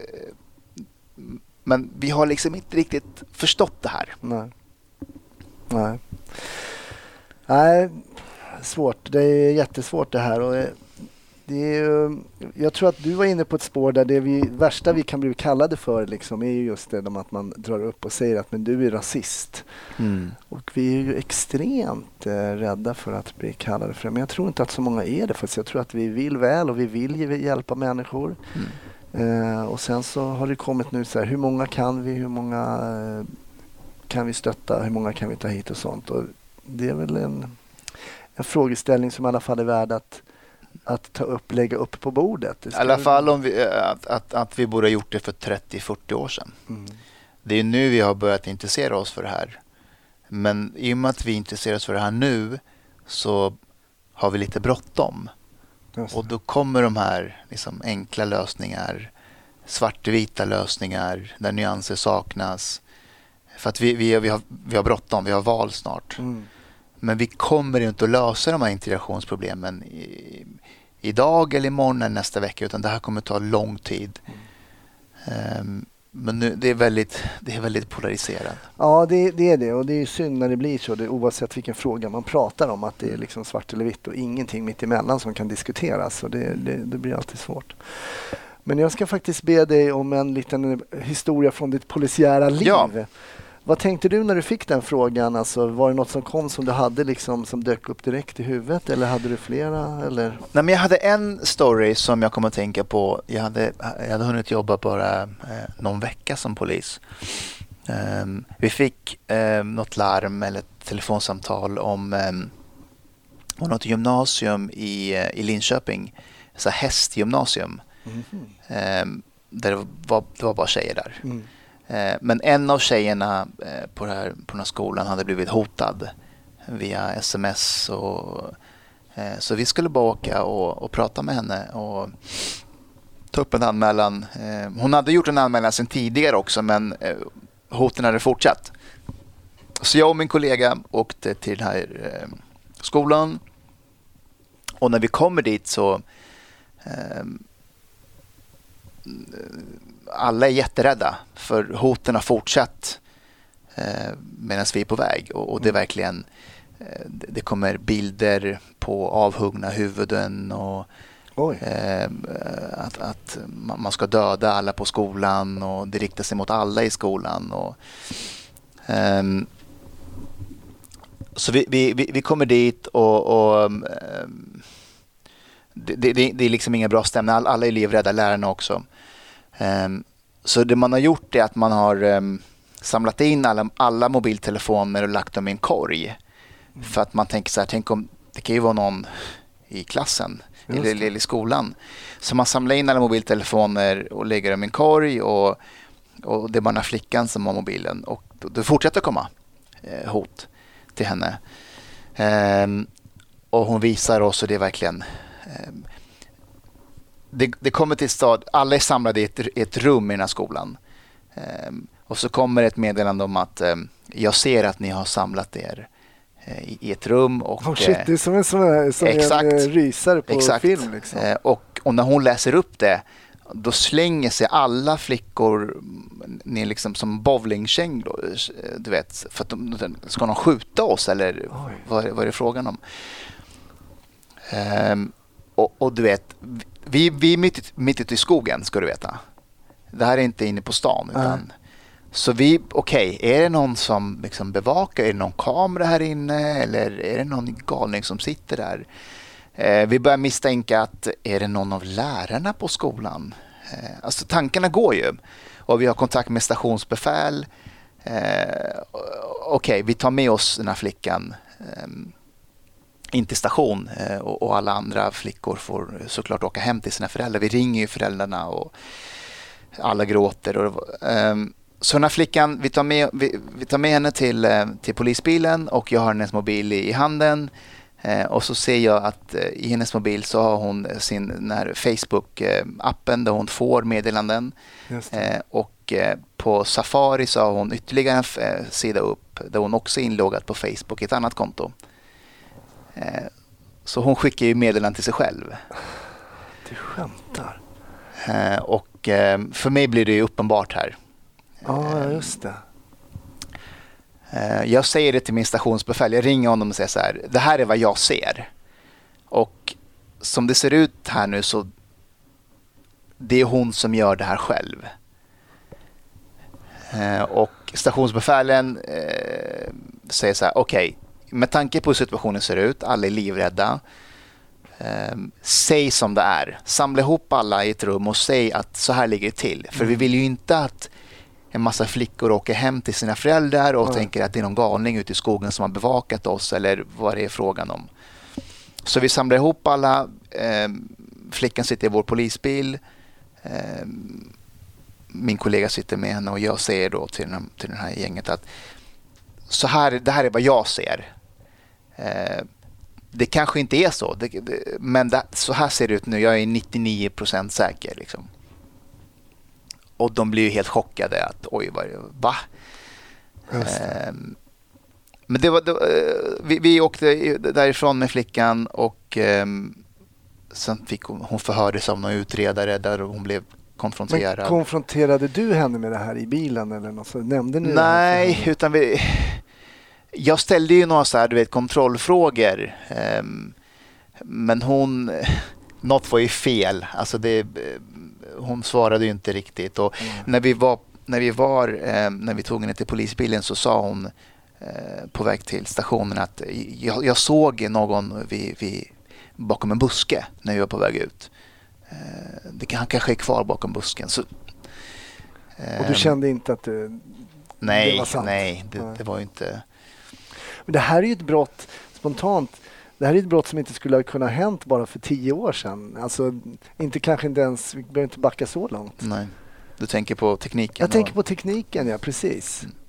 Men vi har liksom inte riktigt förstått det här. Nej. Nej. Nej, svårt. Det är jättesvårt det här. Och det är ju, jag tror att du var inne på ett spår där det vi, värsta vi kan bli kallade för liksom, är ju just det att man drar upp och säger att men du är rasist. Mm. Och vi är ju extremt eh, rädda för att bli kallade för det. Men jag tror inte att så många är det. För jag tror att vi vill väl och vi vill hjälpa människor. Mm. Eh, och sen så har det kommit nu så här, hur många kan vi, hur många eh, kan vi stötta, hur många kan vi ta hit och sånt. Och det är väl en, en frågeställning som i alla fall är värd att att ta upp, lägga upp på bordet. I alla fall om vi, att, att, att vi borde ha gjort det för trettio till fyrtio år sedan. Mm. Det är nu vi har börjat intressera oss för det här. Men i och med att vi intresserar oss för det här nu så har vi lite bråttom. Och då kommer de här liksom, enkla lösningar, svartvita lösningar där nyanser saknas. För att vi, vi, vi, har, vi har bråttom, vi har val snart. Mm. Men vi kommer inte att lösa de här integrationsproblemen i, idag eller imorgon eller nästa vecka, utan det här kommer att ta lång tid. Mm. Um, men nu, det, är väldigt, det är väldigt polariserat. Ja, det, det är det. Och det är synd när det blir så. Det, oavsett vilken fråga man pratar om, att det är liksom svart eller vitt och ingenting mitt emellan som kan diskuteras. Och det, det, det blir alltid svårt. Men jag ska faktiskt be dig om en liten historia från ditt polisiära liv. Ja. Vad tänkte du när du fick den frågan? Alltså, var det något som kom som du hade liksom, som dök upp direkt i huvudet? Eller hade du flera? Eller? Nej, men jag hade en story som jag kommer att tänka på. Jag hade, jag hade hunnit jobba bara eh, någon vecka som polis. Um, vi fick um, något larm eller ett telefonsamtal om, um, om något gymnasium i, i Linköping. Så hästgymnasium. Mm-hmm. Um, där det var, det var bara tjejer där. Mm. Uh, men en av tjejerna uh, på, det här, på den här skolan hade blivit hotad via sms. Och, uh, så vi skulle bara åka och, och prata med henne och ta upp en anmälan. Uh, hon hade gjort en anmälan sedan tidigare också, men uh, hoten hade fortsatt. Så jag och min kollega åkte till den här uh, skolan. Och när vi kommer dit så uh, alla är jätterädda för hoten har fortsatt eh, medan vi är på väg och, och det är verkligen eh, det kommer bilder på avhuggna huvuden och eh, att, att man ska döda alla på skolan och det riktar sig mot alla i skolan och eh, så vi, vi, vi kommer dit och, och eh, det, det, det är liksom inga bra stämning, alla är livrädda, lärarna också. Um, så det man har gjort är att man har um, samlat in alla, alla mobiltelefoner och lagt dem i en korg. Mm. För att man tänker så här, tänk om det kan ju vara någon i klassen eller, eller i skolan. Så man samlar in alla mobiltelefoner och lägger dem i en korg och, och det är bara flickan som har mobilen. Och det fortsätter komma eh, hot till henne. Um, och hon visar oss och det är verkligen... Um, Det, det kommer till stad, alla är samlade i ett, ett rum i den här skolan. Um, och så kommer ett meddelande om att um, jag ser att ni har samlat er uh, i, i ett rum. Och, oh shit, det är som en, som, som exakt, en rysare på exakt. film. Liksom. Uh, och, och när hon läser upp det, då slänger sig alla flickor ner liksom som bowlingkängor, du vet. För att de, ska de skjuta oss eller vad, vad är det frågan om? Um, och, och du vet... Vi, vi är mitt, mitt ute i skogen, ska du veta. Det här är inte inne på stan. Utan, mm. Så vi, okej, okay, är det någon som liksom bevakar? Är det någon kamera här inne? Eller är det någon galning som sitter där? Eh, vi börjar misstänka att är det någon av lärarna på skolan? Eh, alltså tankarna går ju. Och vi har kontakt med stationsbefäl. Eh, okej, okay, vi tar med oss den här flickan. Eh, in till station eh, och, och alla andra flickor får såklart åka hem till sina föräldrar. Vi ringer ju föräldrarna och alla gråter. Och, eh, så den här flickan, vi tar med, vi, vi tar med henne till, eh, till polisbilen och jag har hennes mobil i, i handen. Eh, och så ser jag att eh, i hennes mobil så har hon sin den här Facebook-appen där hon får meddelanden. Eh, och eh, på Safari så har hon ytterligare en eh, sida upp där hon också är inloggad på Facebook i ett annat konto. Så hon skickar ju meddelanden till sig själv. Du skämtar. Och för mig blir det ju uppenbart här. Ja, just det. Jag säger det till min stationsbefäl. Jag ringer honom och säger så här. Det här är vad jag ser. Och som det ser ut här nu så det är hon som gör det här själv. Och stationsbefälen säger så här. Okej. Okay, med tanke på hur situationen ser ut, alla är livrädda. Eh, säg som det är. Samla ihop alla i ett rum och säg att så här ligger det till. För mm. vi vill ju inte att en massa flickor åker hem till sina föräldrar och mm. tänker att det är någon galning ute i skogen som har bevakat oss eller vad det är frågan om. Så vi samlar ihop alla. Eh, flickan sitter i vår polisbil. Eh, min kollega sitter med henne och jag säger då till den, till den här gänget att så här, det här är vad jag ser. Eh, det kanske inte är så, det, det, men det, så här ser det ut nu. Jag är nittionio procent säker. Liksom. Och de blir ju helt chockade att oj, vad, va? Eh, men det var, det, vi, vi åkte därifrån med flickan och eh, sen fick hon, hon förhördes av någon utredare där hon blev konfronterad. Men konfronterade du henne med det här i bilen eller något så? Nämnde ni Nej, det utan vi... Jag ställde ju några så här, du vet, kontrollfrågor. Um, men hon... Något var ju fel. Alltså det, hon svarade ju inte riktigt. Och mm. när vi var när vi var, eh, när vi tog henne till polisbilen så sa hon eh, på väg till stationen att jag, jag såg någon vid, vid, bakom en buske när vi var på väg ut. Eh, det, han kanske är kvar bakom busken. Så, eh, och du kände inte att du, nej, det var sant? Nej, det, nej, det var ju inte... Men det här är ju ett brott, spontant, det här är ett brott som inte skulle ha kunnat ha hänt bara för tio år sedan. Alltså, inte kanske inte ens, vi behöver inte backa så långt. Nej. Du tänker på tekniken? Jag tänker på tekniken, ja, precis. Mm.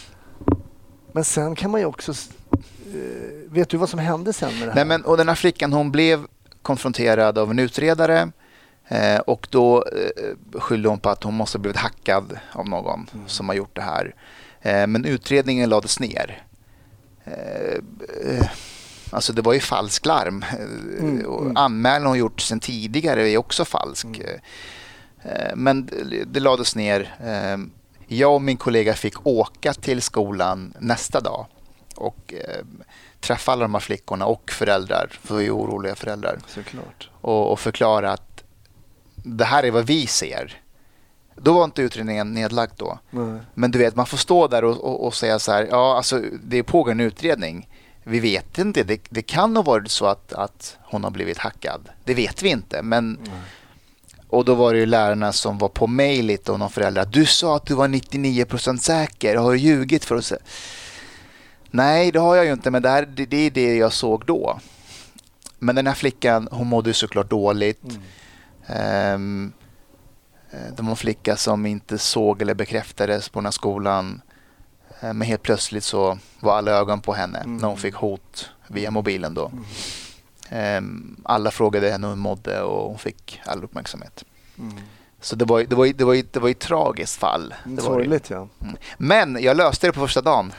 Men sen kan man ju också... Uh, vet du vad som hände sen med det här? Nej, men, och den här flickan, hon blev konfronterad av en utredare eh, och då eh, skyllde hon på att hon måste ha blivit hackad av någon mm. som har gjort det här. Eh, men utredningen lades ner. Eh, eh, alltså det var ju falsk larm. Mm. Och mm. anmälan hon gjort sedan tidigare är också falsk. Mm. Eh, men det, det lades ner. Eh, jag och min kollega fick åka till skolan nästa dag och eh, träffa alla de här flickorna och föräldrar, för vi är oroliga föräldrar. Såklart. Och, och förklara att det här är vad vi ser. Då var inte utredningen nedlagd då. Nej. Men du vet, man får stå där och, och, och säga så här, ja alltså det pågår en utredning. Vi vet inte, det, det kan ha varit så att, att hon har blivit hackad. Det vet vi inte, men... Nej. Och då var det ju lärarna som var på mig lite och någon förälder. Du sa att du var nittionio procent säker. Har du ljugit för oss? Nej, det har jag ju inte, men det, här, det, det är det jag såg då. Men den här flickan, hon mådde såklart dåligt. Mm. Um, det var en flicka som inte såg eller bekräftades på den här skolan. Men helt plötsligt så var alla ögon på henne mm. när hon fick hot via mobilen då. Mm. Um, alla frågade henne hur hon mådde och hon fick all uppmärksamhet. Mm. Så det var, det, var, det, var, det var ett tragiskt fall. Det var sorgligt, ja. Mm. Men jag löste det på första dagen.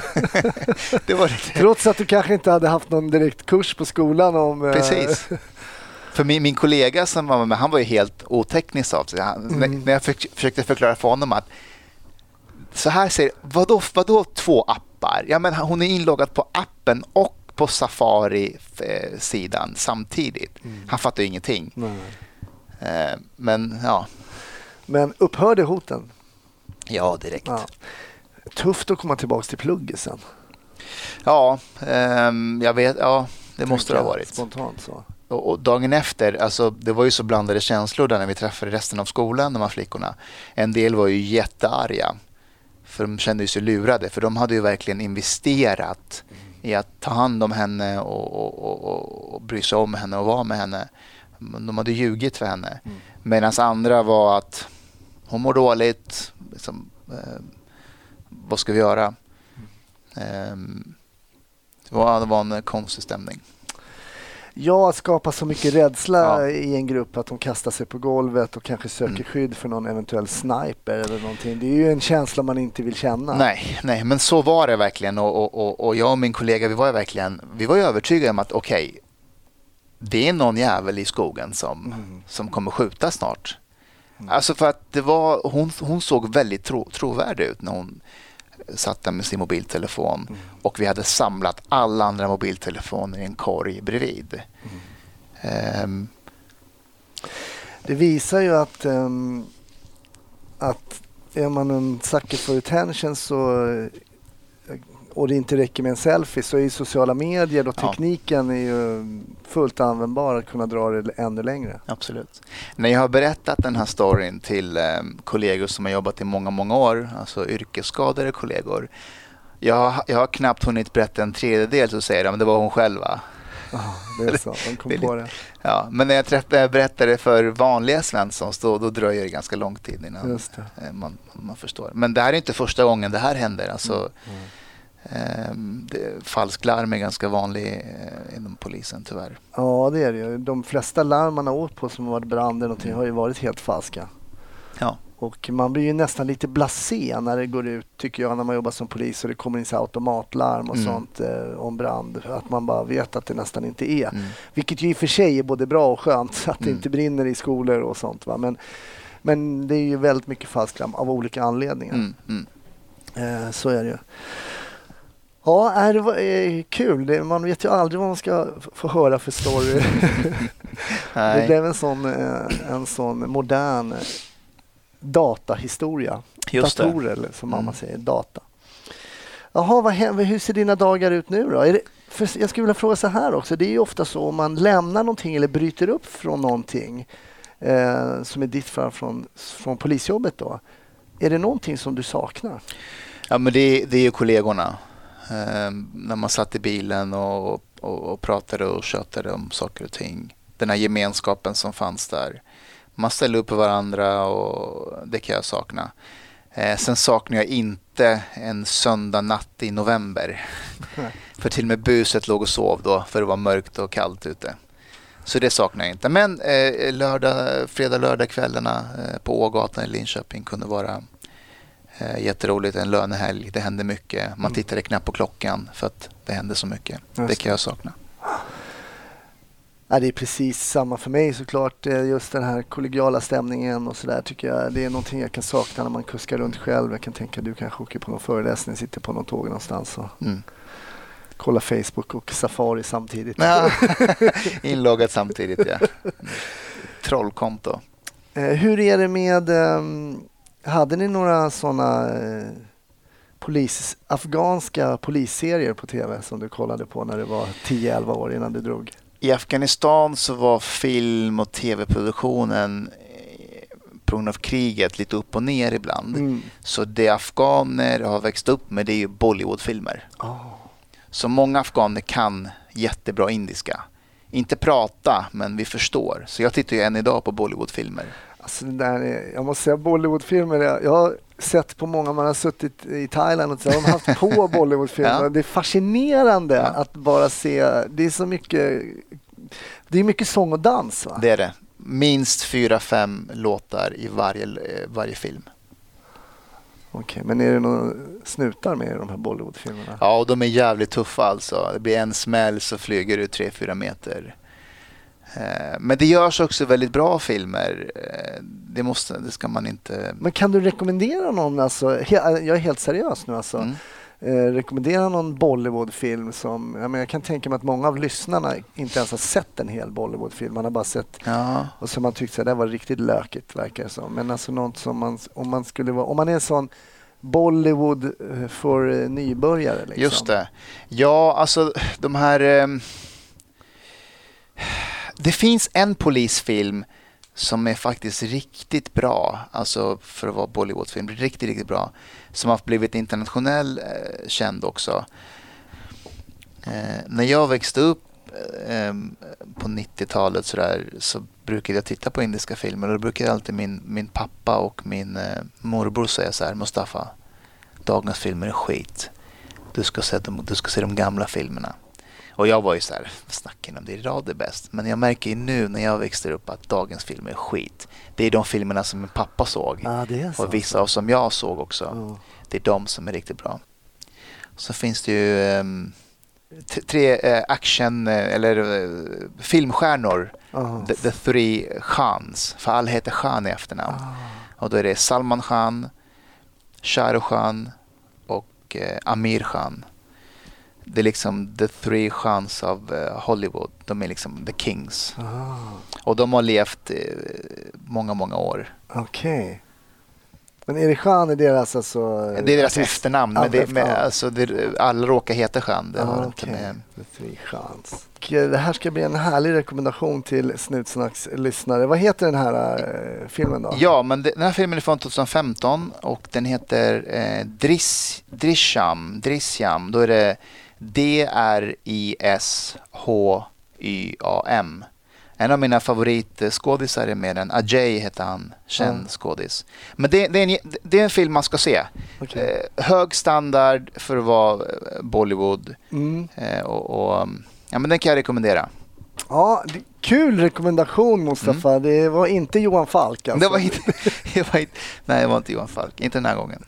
det var lite... Trots att du kanske inte hade haft någon direkt kurs på skolan om... Precis. För min, min kollega som var med, han var ju helt oteknisk av sig. Han, mm. När jag för, försökte förklara för honom att så här ser vadå, vadå två appar? Ja, men hon är inloggad på appen och på Safari-sidan samtidigt. Mm. Han fattar ju ingenting. Nej. Eh, men ja. Men upphörde hoten? Ja, direkt. Ja. Tufft att komma tillbaka till plugget sen. Ja, eh, jag vet. Ja, det Tänk måste det ha varit. Spontant så. Och, och dagen efter, alltså det var ju så blandade känslor där när vi träffade resten av skolan, de här flickorna. En del var ju jättearga. För de kände sig lurade. För de hade ju verkligen investerat mm. i att ta hand om henne och, och, och, och bry sig om henne och vara med henne. De hade ljugit för henne. Mm. Medan andra var att hon mår dåligt. Liksom, eh, vad ska vi göra? Mm. Eh, det, var, det var en konstig stämning. Ja, att skapa så mycket rädsla ja. i en grupp att de kastar sig på golvet och kanske söker mm. skydd för någon eventuell sniper eller någonting. Det är ju en känsla man inte vill känna. Nej, nej, men så var det verkligen. Och, och, och, och jag och min kollega, vi var ju verkligen, vi var ju övertygade om att okej, okay, det är någon jävel i skogen som, mm. som kommer skjuta snart. Mm. Alltså för att det var, hon, hon såg väldigt tro, trovärdig ut när hon satt där med sin mobiltelefon mm. och vi hade samlat alla andra mobiltelefoner i en korg bredvid. Mm. Um. Det visar ju att um, att är man en sucker för attention så och det inte räcker med en selfie så är ju sociala medier och tekniken ja. är ju fullt användbar att kunna dra det ännu längre. Absolut. När jag har berättat den här storyn till eh, kollegor som har jobbat i många, många år, alltså yrkesskadade kollegor. Jag har, jag har knappt hunnit berätta en tredjedel så säger de, men det var hon själv va? Oh, det är så, de kom det på det. Ja, men när jag träffade, berättar det för vanliga Svenssons då, då dröjer det ganska lång tid innan Just det. Man, man förstår. Men det här är inte första gången det här händer. Alltså, mm. Mm. Det, falsk larm är ganska vanlig eh, inom polisen tyvärr. Ja, det är det ju. De flesta larm man har åkt på som har varit bränder någonting mm. har ju varit helt falska. Ja. Och man blir ju nästan lite blasé när det går ut, tycker jag, när man jobbar som polis och det kommer in så automatlarm och mm. sånt eh, om brand. Att man bara vet att det nästan inte är. Mm. Vilket ju i och för sig är både bra och skönt att det mm. inte brinner i skolor och sånt. Va? Men, men det är ju väldigt mycket falsk larm av olika anledningar. Mm. Mm. Eh, så är det ju. Ja, det var eh, kul. Det, man vet ju aldrig vad man ska f- få höra för story. Det blev en sån, eh, en sån modern datahistoria. Just det. Datorer, eller som mamma Mm. säger, data. Jaha, vad händer, hur ser dina dagar ut nu då? Är det, för jag skulle vilja fråga så här också. Det är ju ofta så om man lämnar någonting eller bryter upp från någonting eh, som är ditt fall från, från polisjobbet då. Är det någonting som du saknar? Ja, men det, det är ju kollegorna. Eh, när man satt i bilen och, och, och pratade och tjötade om saker och ting. Den här gemenskapen som fanns där. Man ställde upp på varandra och det kan jag sakna. Eh, sen saknar jag inte en söndag natt i november. För till och med buset låg och sov då för det var mörkt och kallt ute. Så det saknar jag inte. Men eh, lördag, fredag, lördagskvällarna eh, på Ågatan i Linköping kunde vara eh, jätteroligt. En lönehelg, det hände mycket. Man Mm. tittade knappt på klockan för att det hände så mycket. Just det kan jag sakna. Ja, det är precis samma för mig såklart. Just den här kollegiala stämningen och sådär tycker jag. Det är någonting jag kan sakna när man kuskar runt själv. Jag kan tänka att du kanske åker på någon föreläsning, sitter på någon tåg någonstans och Mm. kollar Facebook och Safari samtidigt. Ja. Inloggat samtidigt, ja. Trollkonto. Eh, hur är det med... Eh, hade ni några sådana eh, polis, afghanska polisserier på tv som du kollade på när du var tio elva år innan du drog? I Afghanistan så var film- och tv-produktionen eh, på grund av kriget lite upp och ner ibland. Mm. Så det afghaner har växt upp med det är ju Bollywoodfilmer. Oh. Så många afghaner kan jättebra indiska. Inte prata, men vi förstår. Så jag tittar ju än idag på Bollywoodfilmer. Alltså det där är, jag måste säga Bollywoodfilmer, jag, jag har sett på många, man har suttit i Thailand och så har de haft på Bollywoodfilmer. Ja. Det är fascinerande Ja. att bara se, det är så mycket, det är mycket sång och dans va? Det är det. Minst fyra, fem låtar i varje, eh, varje film. Okej, men är det några snutar med i de här Bollywoodfilmerna? Ja, och de är jävligt tuffa alltså. Det blir en smäll så flyger du tre, fyra meter. Eh, Men det görs också väldigt bra filmer. Eh, Det, måste, det ska man inte... Men kan du rekommendera någon, alltså, he- jag är helt seriös nu alltså, Mm. eh, rekommendera någon Bollywoodfilm som, jag, menar, jag kan tänka mig att många av lyssnarna inte ens har sett en hel Bollywoodfilm, man har bara sett Ja. och så man tyckte att det var riktigt lökigt verkar det som. Men alltså något som man, om man skulle vara, om man är en sån Bollywood eh, för eh, nybörjare liksom. Just det. Ja, alltså de här... Eh, det finns en polisfilm som är faktiskt riktigt bra. Alltså för att vara Bollywoodfilm. Riktigt, riktigt bra. Som har blivit internationell eh, känd också. Eh, när jag växte upp eh, på nittiotalet så, där, så brukade jag titta på indiska filmer. Och då brukade alltid min, min pappa och min eh, morbror säga så här: Mustafa, dagens filmer är skit. Du ska se de, du ska se de gamla filmerna. Och jag var ju så här, snacken om det idag är bäst. Men jag märker ju nu när jag växte upp att dagens filmer är skit. Det är de filmerna som min pappa såg. Ah, det är så. Och vissa av som jag såg också. Oh. Det är de som är riktigt bra. Så finns det ju um, t- tre uh, action uh, eller uh, filmstjärnor. Oh. The, the Three Khans. För alla heter Khan i efternamn. Ah. Och då är det Salman Khan, Shah Rukh Khan och uh, Amir Khan. Det är liksom the three Khans av uh, Hollywood. De är liksom the kings. Ah. Och de har levt uh, många, många år. Okej. Okay. Men är det Khan är deras alltså... Det är deras efternamn. Men det, men, Ja. alltså, det, alla råkar heta Khan. Det Ah, har okej. inte med... The Three Khans. Och det här ska bli en härlig rekommendation till Snutsnacks lyssnare. Vad heter den här eh, filmen då? Ja, men det, den här filmen är från tjugohundrafemton och den heter eh, Driss, Drishyam. Drishyam. Då är det D R I S H Y A M. En av mina favoritskådisar är med den. Ajay heter han, känd Mm. skådis. Men det, det, är en, det är en film man ska se. Okay. Eh, hög standard för att vara eh, Bollywood. Mm. Eh, och, och, ja, men den kan jag rekommendera. Ja, det, kul rekommendation Mustafa. Mm. Det var inte Johan Falk alltså. Det var inte, det var inte, nej, det var inte Johan Falk. Inte den här gången.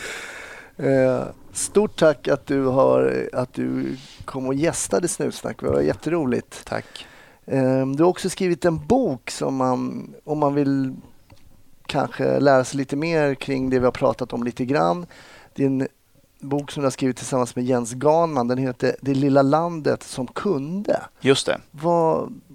Eh, stort tack att du, har, att du kom och gästade Snutsnack. Det var jätteroligt. Tack. Eh, du har också skrivit en bok som man, om man vill kanske lära sig lite mer kring det vi har pratat om lite grann. Det är en bok som du har skrivit tillsammans med Jens Ganman. Den heter Det lilla landet som kunde. Just det. Vad,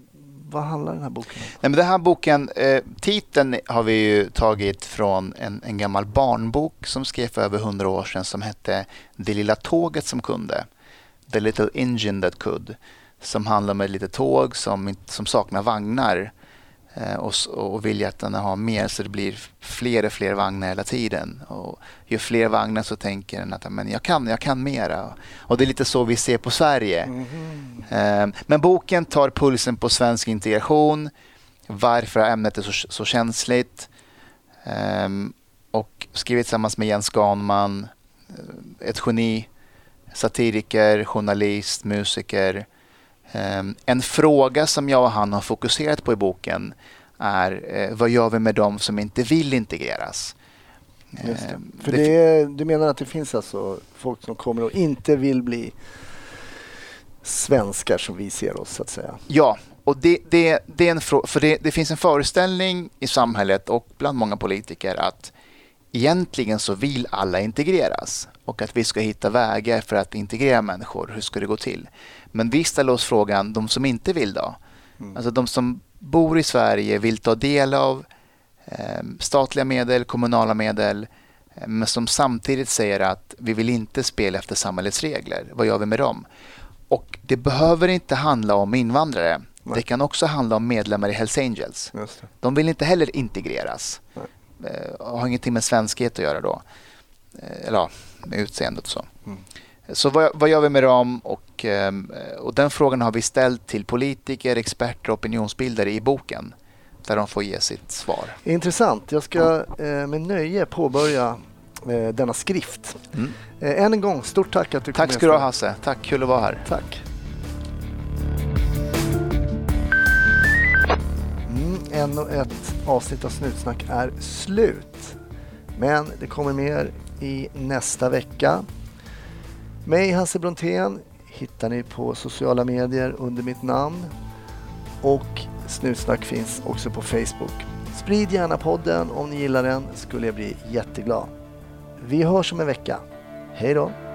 vad handlar den här boken om? Nej, men den här boken, eh, titeln har vi ju tagit från en, en gammal barnbok som skrevs för över hundra år sedan som hette Det lilla tåget som kunde. The Little Engine That Could. Som handlar om ett litet tåg som, som saknar vagnar. Eh, och, och vill att den har mer så det blir fler och fler vagnar hela tiden. Och ju fler vagnar så tänker den att men jag kan, jag kan mera. Och det är lite så vi ser på Sverige. Mm-hmm. eh, men boken tar pulsen på svensk integration. Varför ämnet är så, så känsligt. Eh, och skrivit tillsammans med Jens Ganman. Ett geni. Satiriker, journalist, musiker. Um, en fråga som jag och han har fokuserat på i boken är uh, vad gör vi med dem som inte vill integreras? Just det. Um, För det det, du menar att det finns alltså folk som kommer och inte vill bli svenskar som vi ser oss så att säga? Ja, och det, det, det, är en frå- för det, det finns en föreställning i samhället och bland många politiker att egentligen så vill alla integreras och att vi ska hitta vägar för att integrera människor. Hur ska det gå till? Men vi ställer oss frågan, de som inte vill då? Mm. Alltså de som bor i Sverige vill ta del av eh, statliga medel, kommunala medel, eh, men som samtidigt säger att vi vill inte spela efter samhällets regler. Vad gör vi med dem? Och det behöver inte handla om invandrare. Nej. Det kan också handla om medlemmar i Hells Angels. Just det. De vill inte heller integreras. Nej. Eh, har ingenting med svenskhet att göra då. Eh, eller ja, med utseendet och så. Mm. Så vad, vad gör vi med dem? Och, och den frågan har vi ställt till politiker, experter och opinionsbildare i boken. Där de får ge sitt svar. Intressant. Jag ska eh, med nöje påbörja eh, denna skrift. Mm. Eh, än en gång, stort tack att du kom. Tack ska du ha, Hasse. Tack, kul att vara här. Tack. Mm, ännu ett avsnitt av Snutsnack är slut. Men det kommer mer i nästa vecka. Mig, Hasse Brontén, hittar ni på sociala medier under mitt namn. Och Snutsnack finns också på Facebook. Sprid gärna podden om ni gillar den, skulle jag bli jätteglad. Vi hörs om en vecka. Hej då!